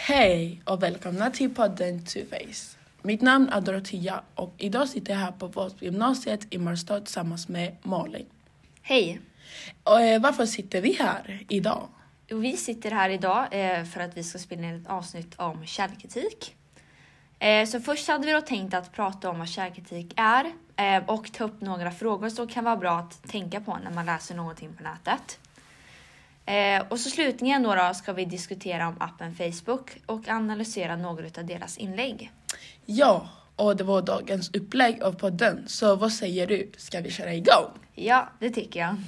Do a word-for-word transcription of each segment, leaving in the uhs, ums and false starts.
Hej och välkomna till podden Two Face. Mitt namn är Dorothea och idag sitter jag här på Vadsbygymnasiet i Marstad tillsammans med Malin. Hej! Och, eh, varför sitter vi här idag? Vi sitter här idag eh, för att vi ska spela in ett avsnitt om källkritik. Eh, så först hade vi då tänkt att prata om vad källkritik är eh, och ta upp några frågor som kan vara bra att tänka på när man läser någonting på nätet. Eh, och så slutligen då, då ska vi diskutera om appen Facebook och analysera några av deras inlägg. Ja, och det var dagens upplägg av podden. Så vad säger du? Ska vi köra igång? Ja, det tycker jag.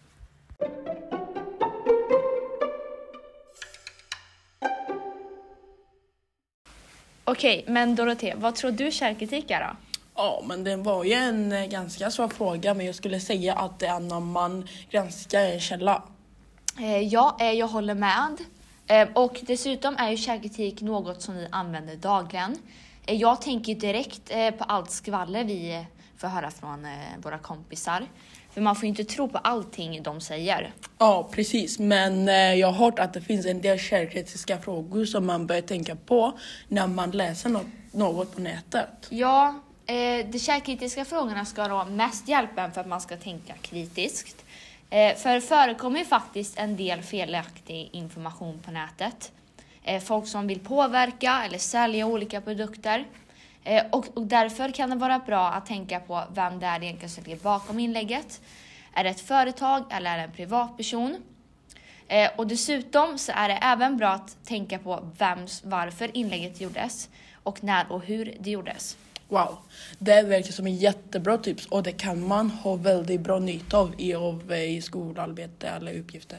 Okej, men Dorothea, vad tror du källkritik är då? Ja, men det var ju en eh, ganska svår fråga, men jag skulle säga att det är när man granskar en källa. Eh, ja, eh, jag håller med. Eh, och dessutom är ju källkritik något som vi använder dagligen. Eh, jag tänker direkt eh, på allt skvaller vi eh, får höra från eh, våra kompisar. För man får ju inte tro på allting de säger. Ja, precis. Men eh, jag har hört att det finns en del källkritiska frågor som man bör tänka på när man läser något, något på nätet. Ja, eh, de källkritiska frågorna ska då mest hjälpa en för att man ska tänka kritiskt. Eh, för det förekommer ju faktiskt en del felaktig information på nätet. Eh, folk som vill påverka eller sälja olika produkter. Eh, och, och därför kan det vara bra att tänka på vem det är egentligen som ligger bakom inlägget. Är det ett företag eller är det en privatperson? Eh, och dessutom så är det även bra att tänka på vems, varför inlägget gjordes och när och hur det gjordes. Wow, det verkar som en jättebra tips och det kan man ha väldigt bra nytta av i, av, i skolarbete eller uppgifter.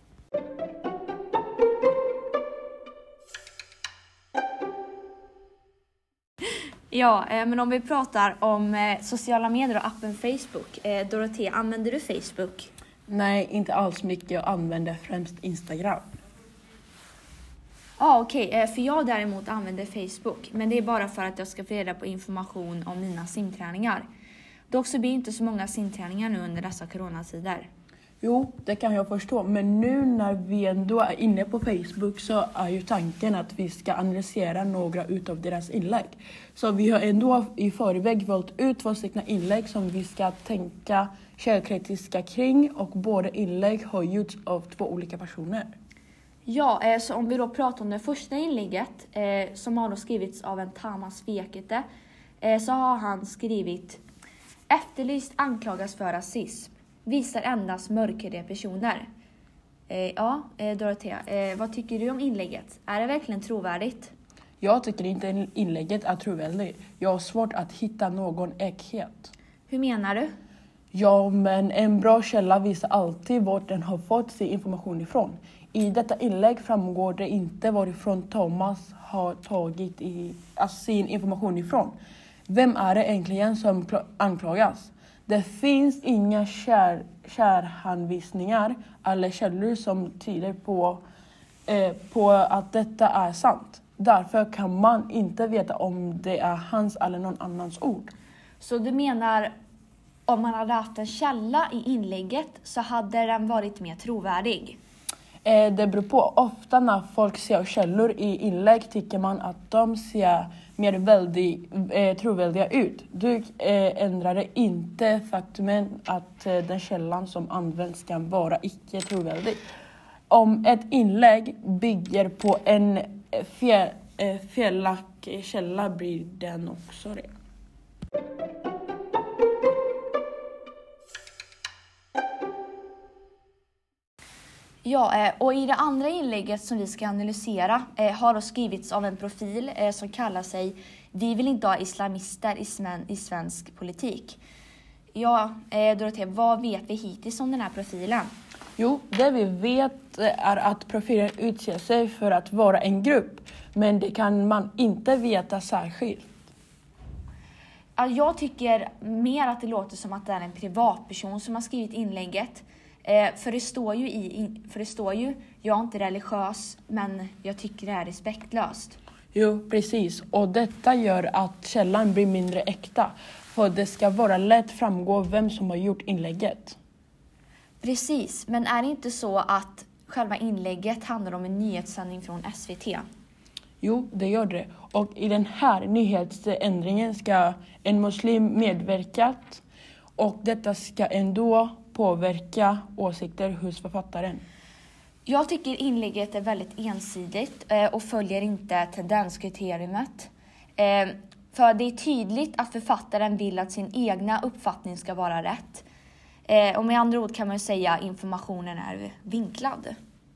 Ja, eh, men om vi pratar om eh, sociala medier och appen Facebook. Eh, Dorothea, använder du Facebook? Nej, inte alls mycket. Jag använder främst Instagram. Ja, ah, okej. Okay. Eh, för jag däremot använder Facebook. Men det är bara för att jag ska få reda på information om mina simträningar. Dock så blir inte så många simträningar nu under dessa coronatider. Jo, det kan jag förstå. Men nu när vi ändå är inne på Facebook så är ju tanken att vi ska analysera några utav deras inlägg. Så vi har ändå i förväg valt ut två stycken inlägg som vi ska tänka källkritiska kring. Och båda inlägg har gjorts av två olika personer. Ja, eh, så om vi då pratar om det första inlägget eh, som har då skrivits av en Tamas Vekete eh, så har han skrivit: efterlyst anklagas för rasism. Visar endast mörkare personer. Eh, ja, eh, Dorothea, eh, vad tycker du om inlägget? Är det verkligen trovärdigt? Jag tycker inte inlägget är trovärdigt. Jag har svårt att hitta någon äkthet. Hur menar du? Ja, men en bra källa visar alltid vart den har fått sin information ifrån. I detta inlägg framgår det inte varifrån Thomas har tagit i, alltså sin information ifrån. Vem är det egentligen som anklagas? Det finns inga kär, kärhanvisningar eller källor som tyder på, eh, på att detta är sant. Därför kan man inte veta om det är hans eller någon annans ord. Så du menar, om man hade haft en källa i inlägget så hade den varit mer trovärdig? Eh, det beror på. Ofta när folk ser källor i inlägg tycker man att de ser mer väldigt eh, trovärdiga ut. Du eh, ändrar inte faktumen att eh, den källan som används kan vara icke trovärdig. Om ett inlägg bygger på en fel, eh, felaktig källa blir den också det. Ja, och i det andra inlägget som vi ska analysera har då skrivits av en profil som kallar sig "Vi vill inte ha islamister i svensk politik". Ja, Dorothea, vad vet vi hittills om den här profilen? Jo, det vi vet är att profilen utser sig för att vara en grupp, men det kan man inte veta särskilt. Jag tycker mer att det låter som att det är en privatperson som har skrivit inlägget. Eh, för det står ju i, för det står ju, jag är inte religiös, men jag tycker det är respektlöst. Jo, precis. Och detta gör att källan blir mindre äkta. För det ska vara lätt framgå vem som har gjort inlägget. Precis, men är det inte så att själva inlägget handlar om en nyhetssändning från S V T? Jo, det gör det. Och i den här nyhetsändringen ska en muslim medverkat och detta ska ändå påverka åsikter hos författaren. Jag tycker inlägget är väldigt ensidigt eh, och följer inte tendenskriteriet. Eh, för det är tydligt att författaren vill att sin egna uppfattning ska vara rätt. Eh, och med andra ord kan man säga att informationen är vinklad.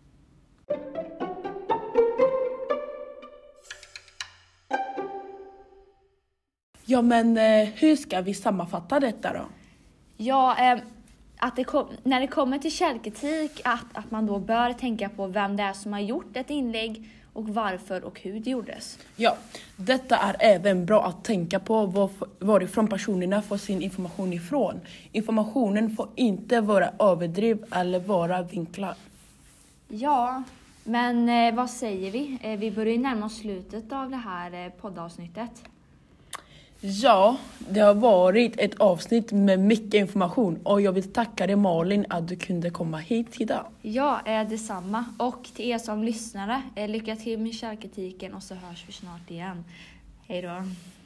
Ja, men eh, hur ska vi sammanfatta detta då? Ja, eh, att det kom, när det kommer till källkritik att, att man då bör tänka på vem det är som har gjort ett inlägg och varför och hur det gjordes. Ja, detta är även bra att tänka på var, varifrån personerna får sin information ifrån. Informationen får inte vara överdriven eller vara vinklad. Ja, men eh, vad säger vi? Eh, vi börjar närma oss slutet av det här eh, poddavsnittet. Ja, det har varit ett avsnitt med mycket information och jag vill tacka dig Malin att du kunde komma hit idag. Ja, eh, detsamma. Och till er som lyssnare, eh, lycka till med källkritiken och så hörs vi snart igen. Hej då!